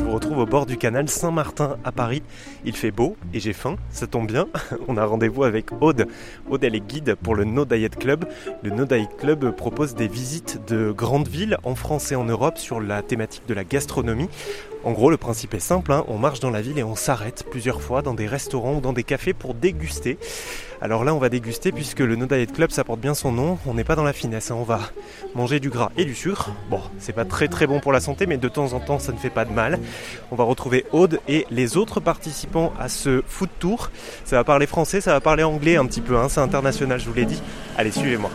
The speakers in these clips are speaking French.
vous retrouve au bord du canal Saint-Martin à Paris. Il fait beau et j'ai faim, ça tombe bien. On a rendez-vous avec Aude. Aude, elle est guide pour le No Diet Club. Le No Diet Club propose des visites de grandes villes en France et en Europe sur la thématique de la gastronomie. En gros, le principe est simple, on marche dans la ville et on s'arrête plusieurs fois dans des restaurants ou dans des cafés pour déguster. Alors là, on va déguster puisque le No Diet Club, ça porte bien son nom. On n'est pas dans la finesse, on va manger du gras et du sucre. Bon, c'est pas très très bon pour la santé, mais de temps en temps, ça ne fait pas de mal. On va retrouver Aude et les autres participants à ce food tour. Ça va parler français, ça va parler anglais un petit peu, c'est international, je vous l'ai dit. Allez, suivez-moi.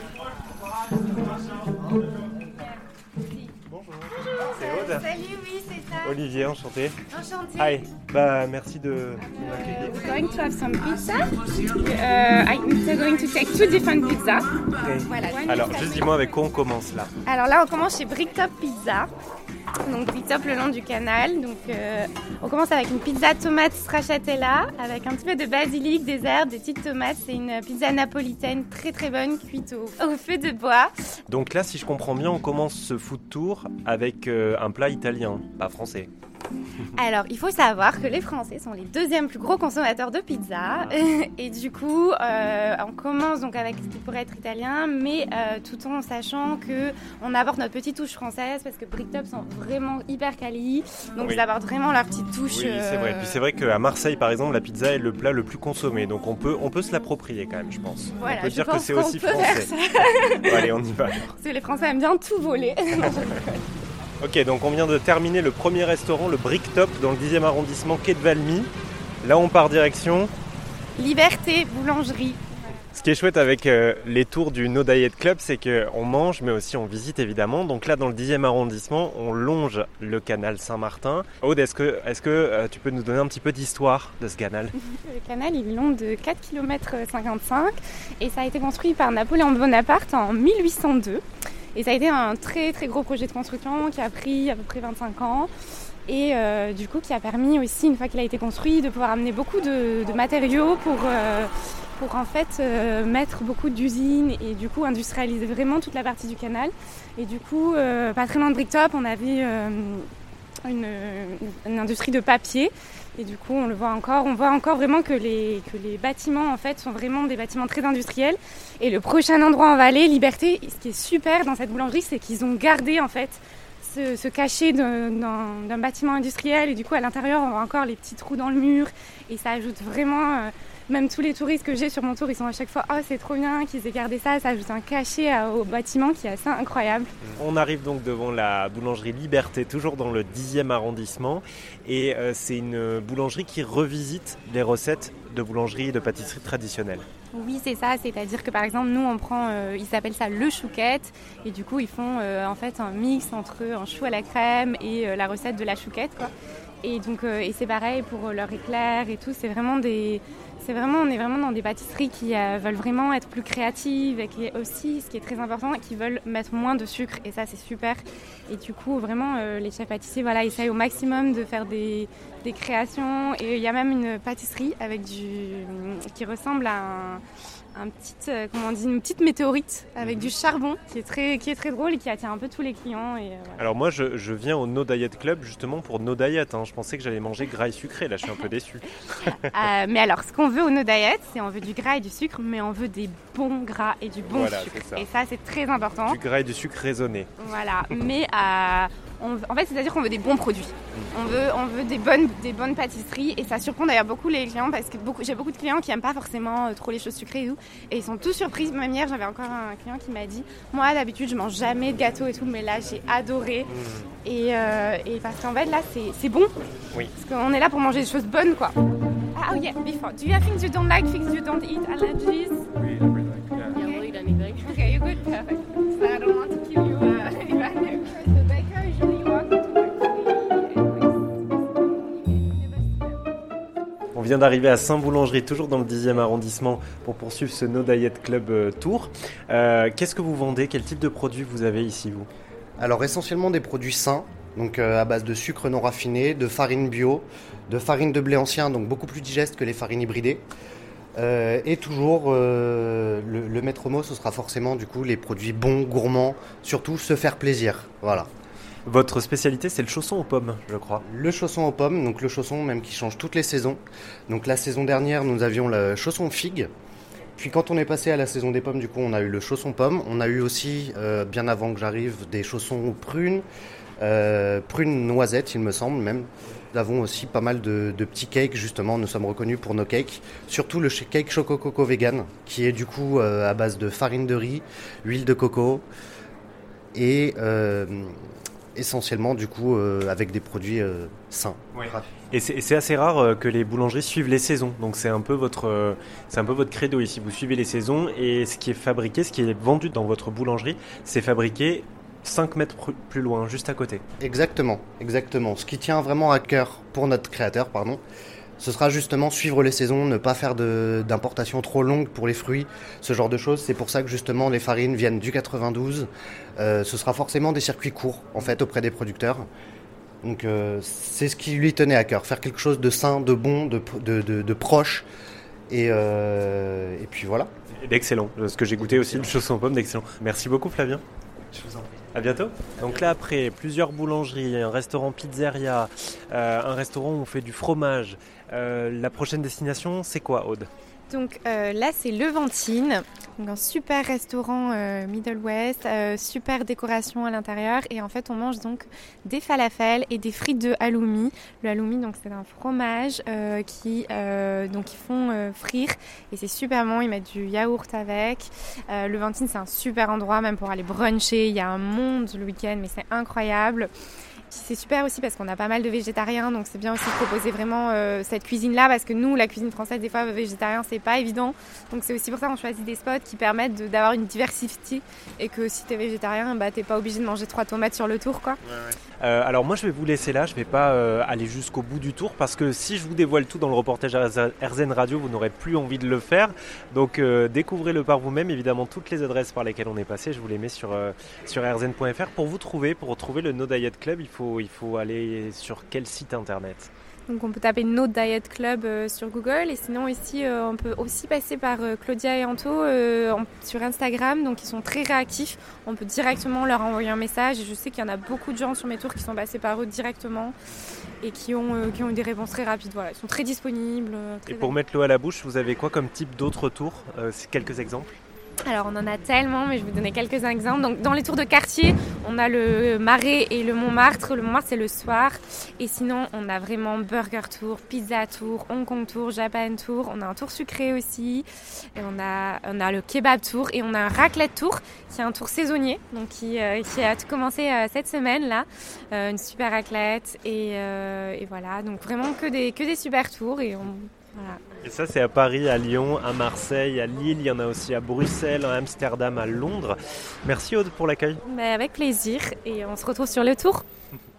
Salut, oui, c'est ça. Olivier, enchanté. Enchanté. Hi, merci de m'accueillir. We're going to have some pizza. I'm going to take 2 different pizzas. Okay. Voilà. Alors, juste dis-moi avec quoi on commence là. Alors là, on commence chez Bricktop Pizza. Donc Bricktop le long du canal. Donc on commence avec une pizza tomate stracciatella avec un petit peu de basilic, des herbes, des petites tomates. C'est une pizza napolitaine très très bonne cuite au feu de bois. Donc là, si je comprends bien, on commence ce food tour avec un plat italien, pas français. Alors, il faut savoir que les Français sont les 2e plus gros consommateurs de pizza. Et du coup, on commence donc avec ce qui pourrait être italien, mais tout en sachant qu'on apporte notre petite touche française parce que Bricktop sont vraiment hyper quali. Donc, oui. Ils apportent vraiment leur petite touche. Oui, c'est vrai. Puis c'est vrai qu'à Marseille, par exemple, la pizza est le plat le plus consommé. Donc on peut se l'approprier quand même, je pense. Voilà, on peut dire que c'est qu'on aussi peut français. faire ça. Bon, allez, on y va. Parce que les Français aiment bien tout voler. Ok, donc on vient de terminer le premier restaurant, le Bricktop, dans le 10e arrondissement, quai de Valmy. Là, on part direction Liberté, boulangerie. Ce qui est chouette avec les tours du No Diet Club, c'est qu'on mange, mais aussi on visite évidemment. Donc là, dans le 10e arrondissement, on longe le canal Saint-Martin. Aude, est-ce que tu peux nous donner un petit peu d'histoire de ce canal ? Le canal, il est long de 4,55 km et ça a été construit par Napoléon Bonaparte en 1802. Et ça a été un très très gros projet de construction qui a pris à peu près 25 ans et du coup qui a permis aussi, une fois qu'il a été construit, de pouvoir amener beaucoup de matériaux pour en fait mettre beaucoup d'usines et du coup industrialiser vraiment toute la partie du canal. Et du coup, pas très loin de Bricktop, on avait une industrie de papier. Et du coup, on voit encore vraiment que les bâtiments en fait sont vraiment des bâtiments très industriels. Et le prochain endroit en vallée, Liberté, ce qui est super dans cette boulangerie, c'est qu'ils ont gardé en fait ce cachet d'un bâtiment industriel. Et du coup, à l'intérieur, on voit encore les petits trous dans le mur. Et ça ajoute vraiment, même tous les touristes que j'ai sur mon tour, ils sont à chaque fois « Oh, c'est trop bien qu'ils aient gardé ça ». Ça ajoute un cachet au bâtiment qui est assez incroyable. On arrive donc devant la boulangerie Liberté, toujours dans le 10e arrondissement. Et c'est une boulangerie qui revisite les recettes de boulangerie et de pâtisserie traditionnelles. Oui, c'est ça. C'est-à-dire que par exemple, nous, on prend, ils appellent ça le chouquette. Et du coup, ils font en fait un mix entre un chou à la crème et la recette de la chouquette, quoi. Et donc, et c'est pareil pour leur éclair et tout. On est vraiment dans des pâtisseries qui veulent vraiment être plus créatives et qui est aussi, ce qui est très important, qui veulent mettre moins de sucre. Et ça, c'est super. Et du coup, vraiment, les chefs pâtissiers, essayent au maximum de faire des créations. Et il y a même une pâtisserie avec qui ressemble à une petite météorite avec du charbon qui est très drôle et qui attire un peu tous les clients. Et, voilà. Alors moi, je viens au No Diet Club justement pour No Diet. Je pensais que j'allais manger gras et sucré. Là, je suis un peu déçu. Mais alors, ce qu'on veut au No Diet, c'est on veut du gras et du sucre, mais on veut des bons gras et du bon sucre. Et ça, c'est très important. Du gras et du sucre raisonné. Voilà, mais en fait, c'est-à-dire qu'on veut des bons produits. On veut des bonnes pâtisseries et ça surprend d'ailleurs beaucoup les clients parce que j'ai beaucoup de clients qui n'aiment pas forcément trop les choses sucrées et tout. Et ils sont tous surpris. Même hier, j'avais encore un client qui m'a dit « Moi, d'habitude, je mange jamais de gâteau et tout, mais là, j'ai adoré. » Et parce qu'en fait, là, c'est bon. Oui. Parce qu'on est là pour manger des choses bonnes, quoi. Oh yeah, before. Do you have things you don't like, things you don't eat, allergies? We don't really like that. Yeah, we don't eat anything. Okay, you're good, perfect. So I don't want to kill you. The baker usually works On vient d'arriver à Saint-Boulangerie, toujours dans le 10e arrondissement, pour poursuivre ce No Diet Club Tour. Qu'est-ce que vous vendez ? Quel type de produits vous avez ici, vous ? Alors essentiellement des produits sains, donc à base de sucre non raffiné, de farine bio, de farine de blé ancien, donc beaucoup plus digeste que les farines hybridées. Et toujours, le maître mot, ce sera forcément du coup les produits bons, gourmands, surtout se faire plaisir. Voilà. Votre spécialité, c'est le chausson aux pommes, je crois. Le chausson aux pommes, donc le chausson même qui change toutes les saisons. Donc la saison dernière, nous avions le chausson figue. Puis quand on est passé à la saison des pommes, du coup, on a eu le chausson pomme. On a eu aussi, bien avant que j'arrive, des chaussons aux prunes, prunes noisettes, il me semble même. Nous avons aussi pas mal de petits cakes, justement, nous sommes reconnus pour nos cakes. Surtout le cake Choco Coco Vegan, qui est du coup à base de farine de riz, huile de coco et essentiellement du coup avec des produits sains. Ouais. Et c'est assez rare que les boulangeries suivent les saisons, donc c'est un peu votre credo ici. Vous suivez les saisons et ce qui est fabriqué, ce qui est vendu dans votre boulangerie, c'est fabriqué 5 mètres plus loin, juste à côté. Exactement. Ce qui tient vraiment à cœur pour notre créateur, ce sera justement suivre les saisons, ne pas faire d'importation trop longue pour les fruits, ce genre de choses. C'est pour ça que justement les farines viennent du 92. Ce sera forcément des circuits courts en fait auprès des producteurs. Donc c'est ce qui lui tenait à cœur, faire quelque chose de sain, de bon, de proche. Et puis voilà. Et d'excellent. Ce que j'ai goûté aussi, le chausson aux pommes, d'excellent. Merci beaucoup Flavien. Je vous en prie. À bientôt. Donc là, après plusieurs boulangeries, un restaurant pizzeria, un restaurant où on fait du fromage, la prochaine destination, c'est quoi, Aude ? Donc là, c'est Levantine, donc un super restaurant Middle West, super décoration à l'intérieur. Et en fait, on mange donc des falafels et des frites de halloumi. Le halloumi, donc c'est un fromage qui ils font frire et c'est super bon. Ils mettent du yaourt avec. Levantine, c'est un super endroit même pour aller bruncher. Il y a un monde le week-end, mais c'est incroyable. C'est super aussi parce qu'on a pas mal de végétariens, donc c'est bien aussi de proposer vraiment cette cuisine-là, parce que nous, la cuisine française, des fois, végétarien, c'est pas évident. Donc c'est aussi pour ça qu'on choisit des spots qui permettent d'avoir une diversité et que si t'es végétarien, t'es pas obligé de manger 3 tomates sur le tour, quoi. Ouais. Alors moi, je vais vous laisser là, je vais pas aller jusqu'au bout du tour, parce que si je vous dévoile tout dans le reportage RZN Radio, vous n'aurez plus envie de le faire. Donc découvrez-le par vous-même. Évidemment, toutes les adresses par lesquelles on est passé, je vous les mets sur rzn.fr. Pour retrouver le No Diet Club, il faut aller sur quel site internet ? Donc on peut taper No Diet Club sur Google, et sinon ici on peut aussi passer par Claudia et Anto sur Instagram, donc ils sont très réactifs, on peut directement leur envoyer un message, et je sais qu'il y en a beaucoup de gens sur mes tours qui sont passés par eux directement et qui ont eu des réponses très rapides. Voilà, ils sont très disponibles. Et pour mettre l'eau à la bouche, vous avez quoi comme type d'autres tours ? Quelques exemples ? Alors on en a tellement, mais je vais vous donner quelques exemples. Donc dans les tours de quartier, on a le Marais et le Montmartre. Le Montmartre, c'est le soir. Et sinon, on a vraiment Burger Tour, Pizza Tour, Hong Kong Tour, Japan Tour. On a un tour sucré aussi. Et on a le Kebab Tour et on a un Raclette Tour, qui est un tour saisonnier, donc qui a commencé cette semaine là. Une super raclette et voilà. Donc vraiment que des super tours et voilà. Et ça, c'est à Paris, à Lyon, à Marseille, à Lille, il y en a aussi à Bruxelles, à Amsterdam, à Londres. Merci Aude pour l'accueil. Avec plaisir, et on se retrouve sur le tour.